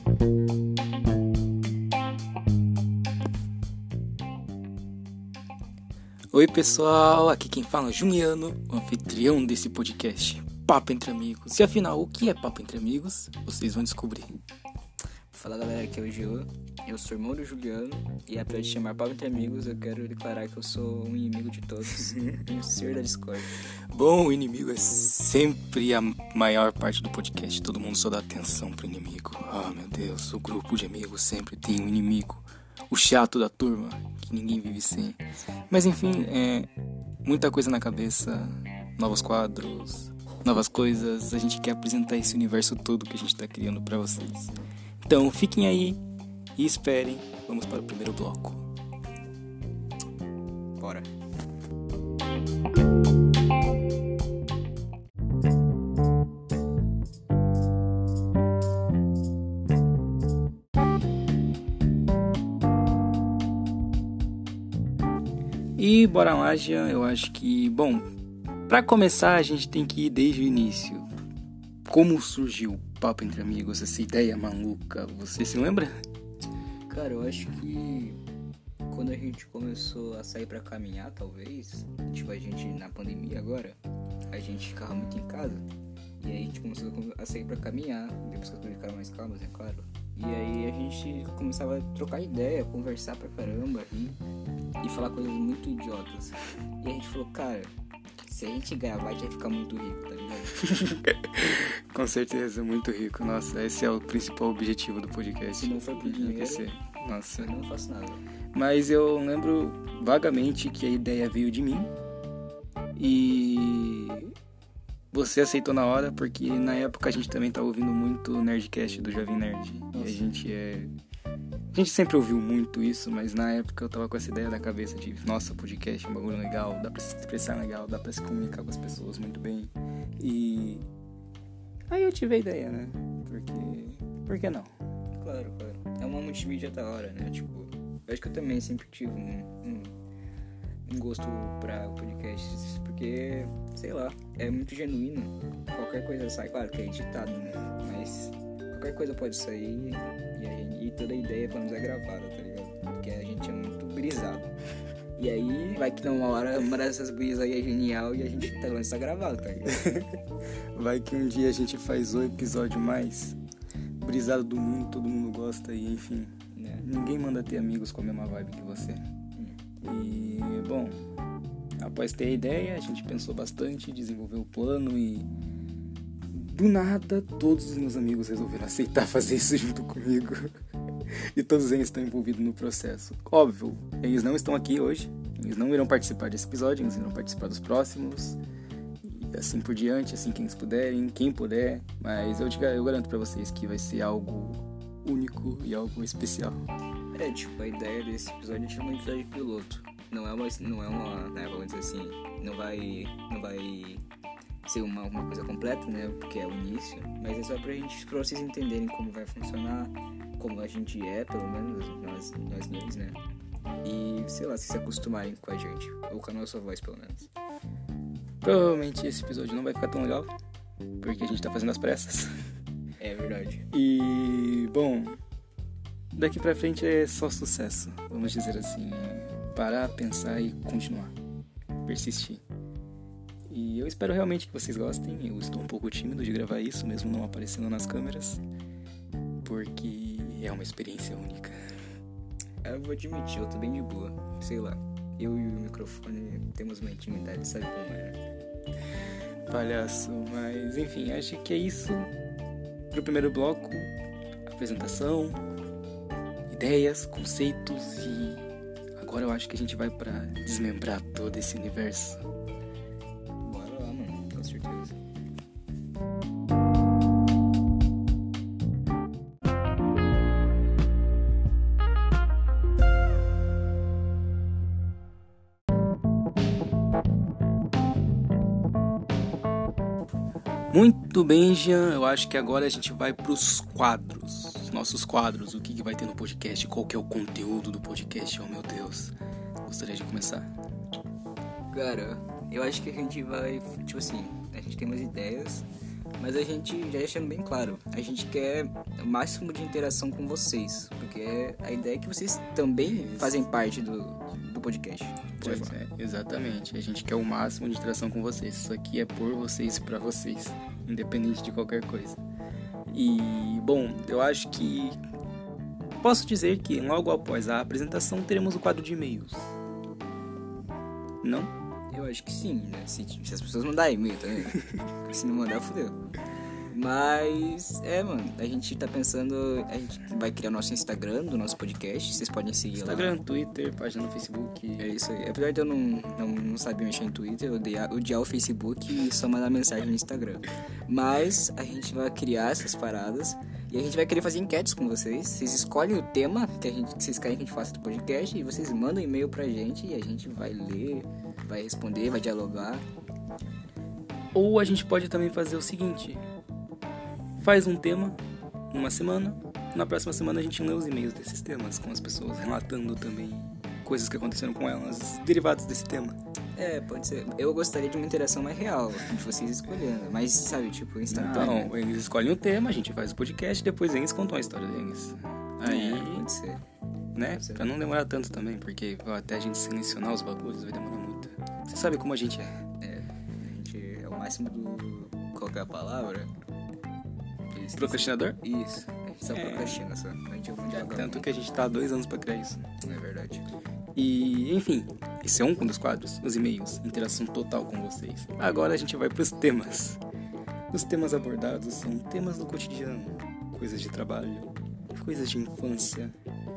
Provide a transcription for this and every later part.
Oi pessoal, aqui quem fala é Juliano, o anfitrião desse podcast Papo Entre Amigos. E afinal, o que é Papo Entre Amigos? Vocês vão descobrir. Fala galera, aqui é o Gio, eu sou irmão do Juliano e apesar de chamar Papo Entre Amigos, eu quero declarar que eu sou um inimigo de todos, um ser da Discord. Bom, o inimigo é sempre a maior parte do podcast, todo mundo só dá atenção pro inimigo. Oh meu Deus, o grupo de amigos sempre tem um inimigo, o chato da turma, que ninguém vive sem. Mas enfim, muita coisa na cabeça, novos quadros, novas coisas, a gente quer apresentar esse universo todo que a gente tá criando pra vocês. Então fiquem aí e esperem, vamos para o primeiro bloco. Bora. E bora lá, Jean, eu acho que, bom, pra começar a gente tem que ir desde o início. Como surgiu o Papo Entre Amigos, essa ideia maluca, você se lembra? Cara, eu acho que quando a gente começou a sair pra caminhar, talvez, tipo a gente na pandemia agora, a gente ficava muito em casa. E aí a gente começou a sair pra caminhar, depois que as coisas ficaram mais calmas, é claro. E aí a gente começava a trocar ideia, conversar pra caramba, rir e falar coisas muito idiotas. E a gente falou, cara, se a gente gravar, a gente vai ficar muito rico, tá ligado? Com certeza, muito rico. Nossa, esse é o principal objetivo do podcast. Se não for por dinheiro, Nossa. eu não faço nada. Mas eu lembro vagamente que a ideia veio de mim e você aceitou na hora, porque na época a gente também tava ouvindo muito o Nerdcast do Jovem Nerd. Nossa. E a gente sempre ouviu muito isso, mas na época eu tava com essa ideia na cabeça de, nossa, podcast é um bagulho legal, dá pra se expressar legal, dá pra se comunicar com as pessoas muito bem. E aí eu tive a ideia, né? Por que não? Claro. É uma multimídia da hora, né? Tipo, eu acho que eu também sempre tive um gosto pra podcasts, porque, sei lá, é muito genuíno. Qualquer coisa sai, claro que é editado, né? Mas qualquer coisa pode sair e toda a ideia, pelo menos, é gravada, tá ligado? Porque a gente é muito brisado. E aí, vai que numa hora, uma dessas brisas aí é genial e a gente tá gravado, tá ligado? Vai que um dia a gente faz o episódio mais brisado do mundo, todo mundo gosta e enfim. Ninguém manda ter amigos com a mesma vibe que você. E, bom, após ter a ideia, a gente pensou bastante, desenvolveu o plano e do nada todos os meus amigos resolveram aceitar fazer isso junto comigo. E todos eles estão envolvidos no processo. Óbvio, eles não estão aqui hoje, eles não irão participar desse episódio, eles irão participar dos próximos e assim por diante, assim que eles puderem, quem puder. Mas eu garanto pra vocês que vai ser algo único e algo especial. Tipo, a ideia desse episódio é chamar um episódio piloto. Não é uma, né, vamos dizer assim, não vai ser uma coisa completa, né, porque é o início, mas é só pra vocês entenderem como vai funcionar, como a gente é, pelo menos nós dois, né, e, sei lá, se acostumarem com a gente, ou com a nossa voz, pelo menos. Provavelmente esse episódio não vai ficar tão legal, porque a gente tá fazendo as pressas. É verdade. E, bom, daqui pra frente é só sucesso, vamos dizer assim. Parar, pensar e continuar. Persistir. E eu espero realmente que vocês gostem. Eu estou um pouco tímido de gravar isso, mesmo não aparecendo nas câmeras, porque é uma experiência única. Eu vou admitir, eu tô bem de boa. Sei lá, eu e o microfone temos uma intimidade, sabe como é? Palhaço, mas enfim, acho que é isso pro primeiro bloco. Apresentação, ideias, conceitos e agora eu acho que a gente vai pra desmembrar todo esse universo. Bora lá, mano, com certeza. Muito bem, Jean, eu acho que agora a gente vai pros quadros. Nossos quadros, o que vai ter no podcast, qual que é o conteúdo do podcast, oh meu Deus. Gostaria de começar. Cara, eu acho que a gente vai, tipo assim, a gente tem umas ideias, Mas a gente, já deixando bem claro, a gente quer o máximo de interação com vocês, porque a ideia é que vocês também fazem parte do podcast. Pois é, exatamente. A gente quer o máximo de interação com vocês. Isso aqui é por vocês e pra vocês, independente de qualquer coisa. E, bom, eu acho que posso dizer que logo após a apresentação teremos o quadro de e-mails. Não? Eu acho que sim, né? Se as pessoas mandarem e-mail também. Se não mandar, fodeu. Mas, mano, a gente tá pensando... A gente vai criar o nosso Instagram do nosso podcast. Vocês podem seguir Instagram, lá. Twitter, página no Facebook. É isso aí. Apesar de eu não sabia mexer em Twitter, eu odiar o Facebook e só mandar mensagem no Instagram. Mas a gente vai criar essas paradas e a gente vai querer fazer enquetes com vocês. Vocês escolhem o tema que vocês querem que a gente faça do podcast e vocês mandam um e-mail pra gente e a gente vai ler, vai responder, vai dialogar. Ou a gente pode também fazer o seguinte: faz um tema numa semana, na próxima semana a gente lê os e-mails desses temas, com as pessoas relatando também coisas que aconteceram com elas, derivados desse tema. Pode ser. Eu gostaria de uma interação mais real, de vocês escolhendo, mas sabe, tipo, instantâneo. Não, eles escolhem o tema, a gente faz o podcast, depois eles contam a história deles. Aí, pode ser. Né, pra não demorar tanto também, porque até a gente selecionar os bagulhos vai demorar muito. Você sabe como a gente é. A gente é o máximo do... Qual que é a palavra? Procrastinador? Isso, a gente só procrastina só. A gente tanto que a gente tá há 2 anos pra criar isso. É verdade. E, enfim, esse é um dos quadros, os e-mails, interação total com vocês. Agora a gente vai pros temas. Os temas abordados são temas do cotidiano, coisas de trabalho, coisas de infância.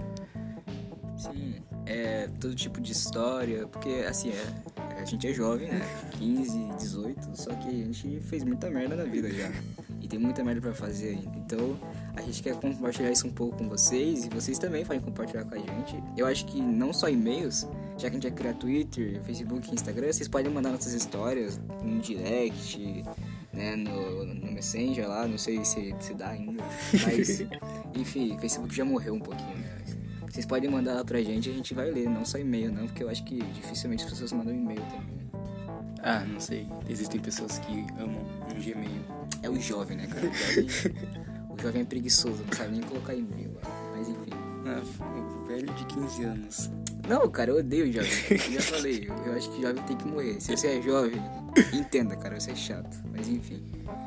Sim, todo tipo de história, porque assim, a gente é jovem, né? 15, 18, só que a gente fez muita merda na vida já. E tem muita merda pra fazer ainda. Então, a gente quer compartilhar isso um pouco com vocês e vocês também podem compartilhar com a gente. Eu acho que não só e-mails, já que a gente vai criar Twitter, Facebook e Instagram, vocês podem mandar nossas histórias no direct, né, no Messenger lá, não sei se dá ainda. Mas, enfim, Facebook já morreu um pouquinho, né? Vocês podem mandar lá pra gente e a gente vai ler, não só e-mail não, porque eu acho que dificilmente as pessoas mandam e-mail também. Ah, não sei. Existem pessoas que amam um Gmail. É o jovem, né, cara? O jovem é preguiçoso, não sabe nem colocar e-mail. Mas enfim. O velho de 15 anos. Não, cara, eu odeio jovem. Eu já falei, eu acho que jovem tem que morrer. Se você é jovem, entenda, cara, você é chato. Mas enfim.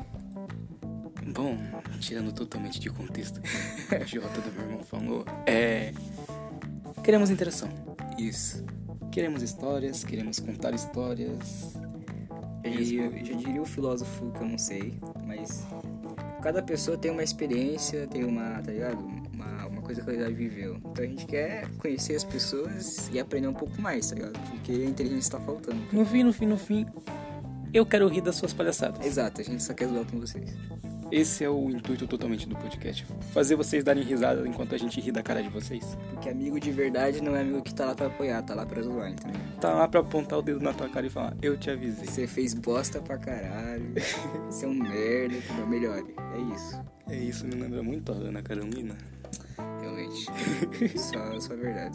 Bom, tirando totalmente de contexto o que o Jota do meu irmão falou, queremos interação. Isso. Queremos histórias, queremos contar histórias. Eu já diria o filósofo que eu não sei, mas cada pessoa tem uma experiência, tem uma, tá ligado? Uma coisa que ela já viveu. Então a gente quer conhecer as pessoas e aprender um pouco mais, tá ligado? Porque a inteligência tá faltando. No fim, eu quero rir das suas palhaçadas. Exato, a gente só quer zoar com vocês. Esse é o intuito totalmente do podcast. Fazer vocês darem risada enquanto a gente ri da cara de vocês. Porque amigo de verdade não é amigo que tá lá pra apoiar, tá lá pra zoar, entendeu? Tá lá pra apontar o dedo na tua cara e falar, eu te avisei. Você fez bosta pra caralho, você é um merda, entendeu? Melhore. É isso. É isso, me lembra muito a Ana Carolina. Realmente. Só verdade.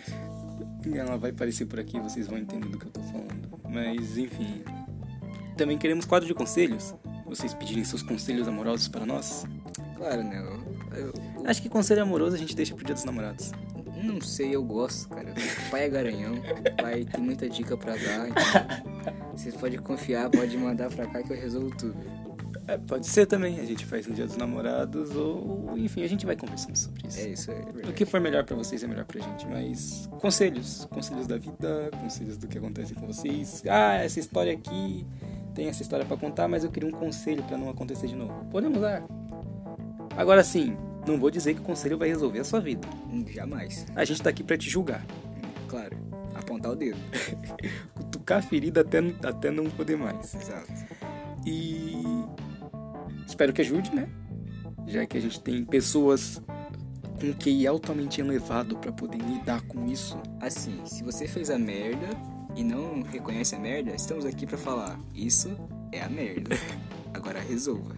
Ela vai aparecer por aqui, vocês vão entender do que eu tô falando. Mas, enfim. Também queremos quadro de conselhos. Vocês pedirem seus conselhos amorosos para nós. Claro, né? Acho que conselho amoroso a gente deixa pro Dia dos Namorados. Não sei, eu gosto, cara. O pai é garanhão, o pai tem muita dica pra dar. Então vocês podem confiar, pode mandar pra cá que eu resolvo tudo. Pode ser também, a gente faz no Dia dos Namorados ou, enfim, a gente vai conversando sobre isso. É isso, é verdade. O que for melhor pra vocês é melhor pra gente, mas conselhos da vida, conselhos do que acontece com vocês. Essa história aqui, tem essa história pra contar, mas eu queria um conselho pra não acontecer de novo. Podemos dar. Agora sim, não vou dizer que o conselho vai resolver a sua vida. Jamais. A gente tá aqui pra te julgar. Claro, apontar o dedo. Cutucar a ferida até não poder mais. Exato. E espero que ajude, né? Já que a gente tem pessoas com QI altamente elevado pra poder lidar com isso. Assim, se você fez a merda e não reconhece a merda, estamos aqui pra falar, isso é a merda. Agora resolva.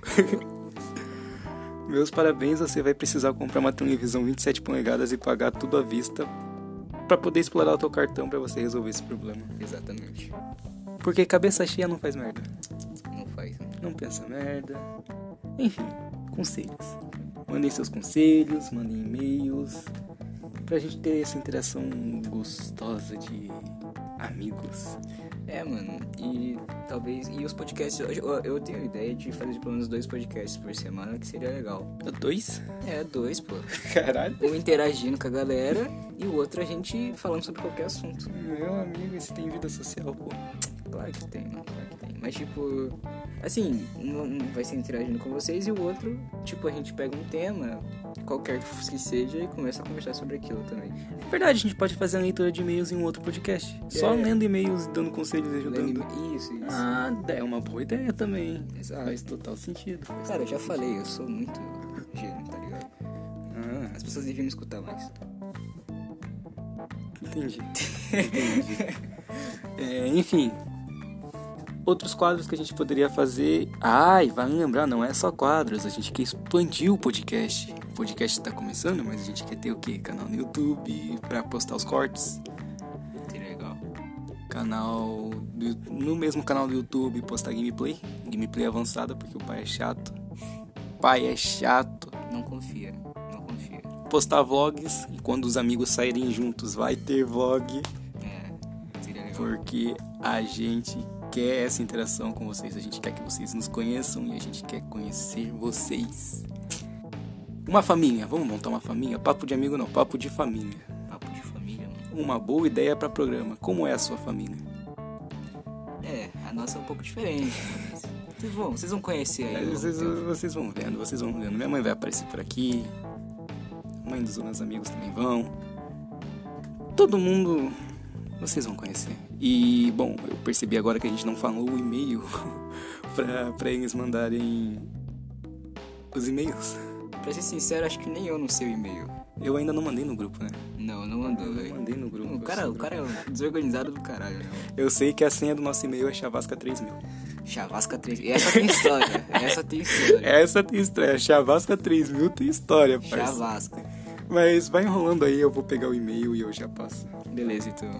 Meus parabéns, você vai precisar comprar uma televisão 27 polegadas e pagar tudo à vista pra poder explorar o teu cartão pra você resolver esse problema. Exatamente. Porque cabeça cheia não faz merda. Não faz, né? não pensa merda. Enfim, conselhos. Mandem seus conselhos, mandem e-mails, pra gente ter essa interação gostosa de amigos. Mano, e talvez... E os podcasts, eu tenho a ideia de fazer pelo menos 2 podcasts por semana, que seria legal. 2? 2, pô. Caralho. Um interagindo com a galera e o outro a gente falando sobre qualquer assunto. Meu amigo, esse tem vida social, pô. Claro que tem, mano, claro que tem. Mas, tipo, assim, um vai ser interagindo com vocês e o outro, tipo, a gente pega um tema, qualquer que seja, e começa a conversar sobre aquilo também. É verdade, a gente pode fazer a leitura de e-mails em um outro podcast. Só lendo e-mails, dando conselhos e ajudando. Isso. Ah, é uma boa ideia também. Exato. Faz total sentido. Cara, eu já falei, eu sou muito gênio, tá ligado? As pessoas deviam me escutar mais. Entendi. Enfim, outros quadros que a gente poderia fazer. Vai lembrar, não é só quadros. A gente quer expandir o podcast. O podcast tá começando, mas a gente quer ter o quê? Canal no YouTube pra postar os cortes. Legal. No mesmo canal do YouTube postar gameplay avançada, porque o pai é chato. Não confia. Postar vlogs, e quando os amigos saírem juntos vai ter vlog. Seria legal. Porque a gente quer essa interação com vocês, a gente quer que vocês nos conheçam e a gente quer conhecer vocês. Uma família, vamos montar uma família? Papo de amigo não, papo de família. Papo de família, mano. Uma boa ideia para programa. Como é a sua família? A nossa é um pouco diferente, mas vocês vão conhecer aí. Vocês vão vendo. Minha mãe vai aparecer por aqui. A mãe dos meus amigos também vão. Todo mundo vocês vão conhecer. E, bom, eu percebi agora que a gente não falou o e-mail pra eles mandarem os e-mails. Pra ser sincero, acho que nem eu não sei o e-mail. Eu ainda não mandei no grupo, né? Não mandou, velho. Eu mandei no grupo. O cara é um desorganizado do caralho, né? Eu sei que a senha do nosso e-mail é Chavasca3000. Chavasca3000. E essa tem história. Essa tem história. Chavasca3000 tem história, parceiro. Chavasca. Mas vai enrolando aí, eu vou pegar o e-mail e eu já passo. Beleza, então.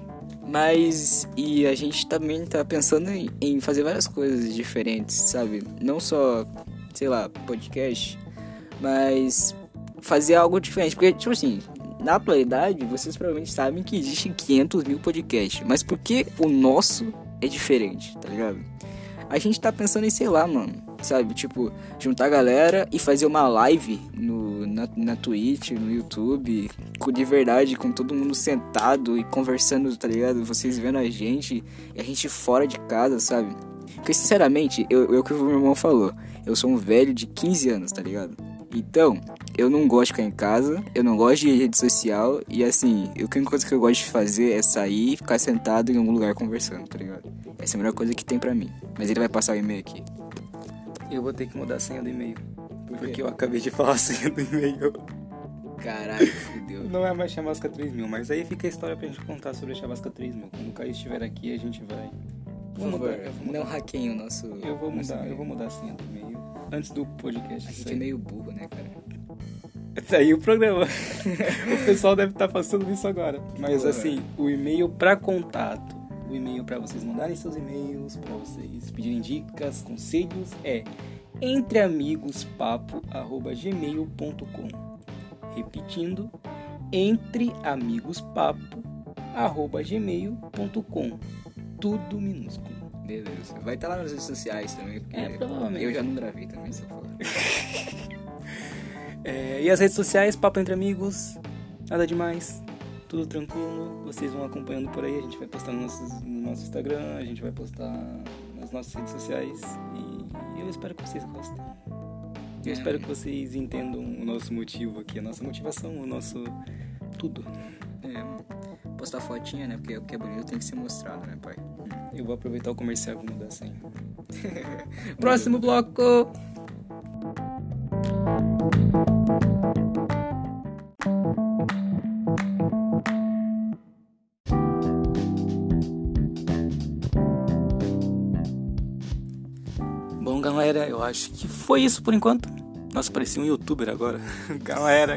Mas, e a gente também tá pensando em fazer várias coisas diferentes, sabe? Não só, sei lá, podcast, mas fazer algo diferente. Porque, tipo assim, na atualidade, vocês provavelmente sabem que existem 500 mil podcasts. Mas por que o nosso é diferente, tá ligado? A gente tá pensando em, sei lá, mano, sabe? Tipo, juntar a galera e fazer uma live na Twitch, no YouTube, de verdade, com todo mundo sentado e conversando, tá ligado? Vocês vendo a gente e a gente fora de casa, sabe? Porque, sinceramente, eu que o meu irmão falou, eu sou um velho de 15 anos, tá ligado? Então, eu não gosto de ficar em casa, eu não gosto de rede social e, assim, a única coisa que eu gosto de fazer é sair e ficar sentado em algum lugar conversando, tá ligado? Essa é a melhor coisa que tem pra mim. Mas ele vai passar o e-mail aqui. Eu vou ter que mudar a senha do e-mail. Porque eu acabei de falar a senha do e-mail. Caralho, fudeu. Não é mais Chavasca3000, mas aí fica a história pra gente contar sobre a Chavasca3000. Quando o Caio estiver aqui, a gente vai... Por favor, não hackeiem o nosso... Eu vou mudar a senha do e-mail antes do podcast. A gente é meio burro, né, cara? Saiu o programa. O pessoal deve estar passando isso agora. Mas assim, o e-mail pra contato, o e-mail pra vocês mandarem seus e-mails, pra vocês pedirem dicas, conselhos, é entreamigospapo@gmail.com. Repetindo, entreamigospapo@gmail.com. Tudo minúsculo. Beleza. Vai estar lá nas redes sociais também, porque provavelmente. eu já não gravei também, só fora. E as redes sociais, Papo Entre Amigos, nada demais, tudo tranquilo, vocês vão acompanhando por aí, a gente vai postar no nosso Instagram, a gente vai postar nas nossas redes sociais e eu espero que vocês gostem. Eu espero que vocês entendam o nosso motivo aqui, a nossa motivação, o nosso tudo. Postar fotinha, né? Porque o que é bonito tem que ser mostrado, né, pai? Eu vou aproveitar o comercial e vou mudar a senha. Próximo bloco! Bom, galera, eu acho que foi isso por enquanto. Nossa, parecia um youtuber agora. Galera.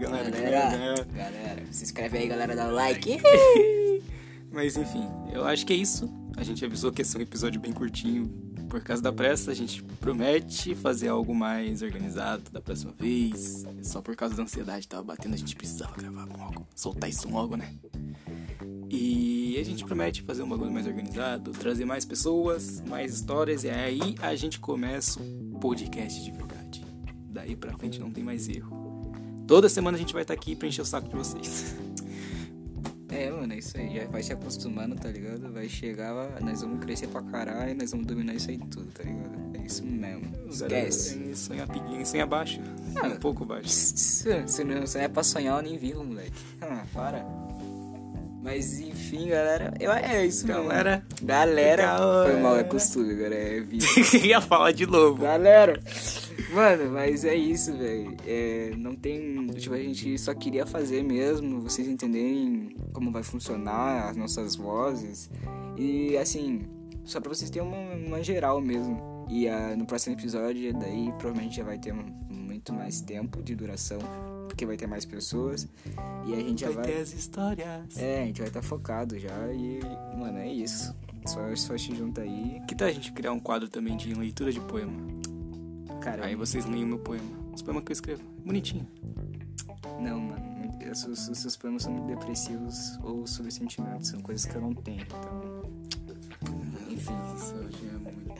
Se inscreve aí, galera, dá o like. Mas enfim, eu acho que é isso. A gente avisou que esse é um episódio bem curtinho por causa da pressa, a gente promete fazer algo mais organizado da próxima vez. Só por causa da ansiedade tava batendo, a gente precisava gravar logo, soltar isso logo, né? E a gente promete fazer um bagulho mais organizado, trazer mais pessoas, mais histórias, e aí a gente começa o podcast de verdade. Daí pra frente não tem mais erro. Toda semana a gente vai estar aqui pra encher o saco de vocês. Mano, é isso aí. Já vai se acostumando, tá ligado? Vai chegar, nós vamos crescer pra caralho, nós vamos dominar isso aí tudo, tá ligado? É isso mesmo. Esquece. Sonha pequeno, sonha baixo. Um pouco baixo. Se não é pra sonhar, eu nem vivo, moleque. Para. Mas enfim, galera. É isso mesmo. Galera. Foi mal, é costume, agora é vídeo. Ia falar de novo. Galera. Mano, mas é isso, velho. Não tem... Tipo, a gente só queria fazer mesmo, vocês entenderem como vai funcionar as nossas vozes. E, assim, só pra vocês terem uma geral mesmo. E no próximo episódio, daí, provavelmente já vai ter muito mais tempo de duração, porque vai ter mais pessoas. E a gente já vai ter as histórias. A gente vai estar focado já. E, mano, é isso. Só se junta aí. Que tal a gente criar um quadro também de leitura de poema? Cara, aí vocês leem o meu poema. Os poemas que eu escrevo. Bonitinho. Não, mano. Os seus poemas são muito depressivos ou sobre sentimentos. São coisas que eu não tenho. Então... Enfim. Isso hoje é muito...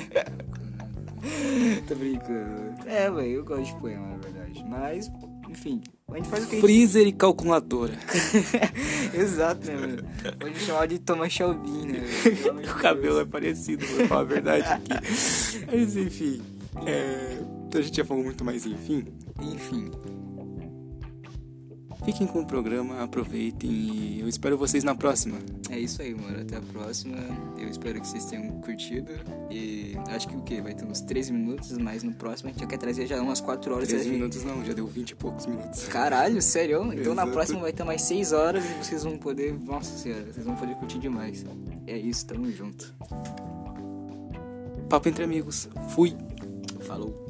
Tô brincando. Velho, eu gosto de poema, na verdade. Mas, enfim... A gente faz o que Freezer e calculadora. Exato, né, mano? Pode chamar de Thomas Shelby, né? O cabelo é parecido, vou falar a verdade aqui. Mas enfim. Então a gente já falou muito mais enfim. Fiquem com o programa, aproveitem e eu espero vocês na próxima. É isso aí, mano. Até a próxima. Eu espero que vocês tenham curtido. E acho que o quê? Vai ter uns 13 minutos, mas no próximo a gente já quer trazer já umas 4 horas. 13 minutos não, já deu 20 e poucos minutos. Caralho, sério? Então Exato. Na próxima vai ter mais 6 horas e vocês vão poder... Nossa senhora, vocês vão poder curtir demais. É isso, tamo junto. Papo entre amigos. Fui. Falou.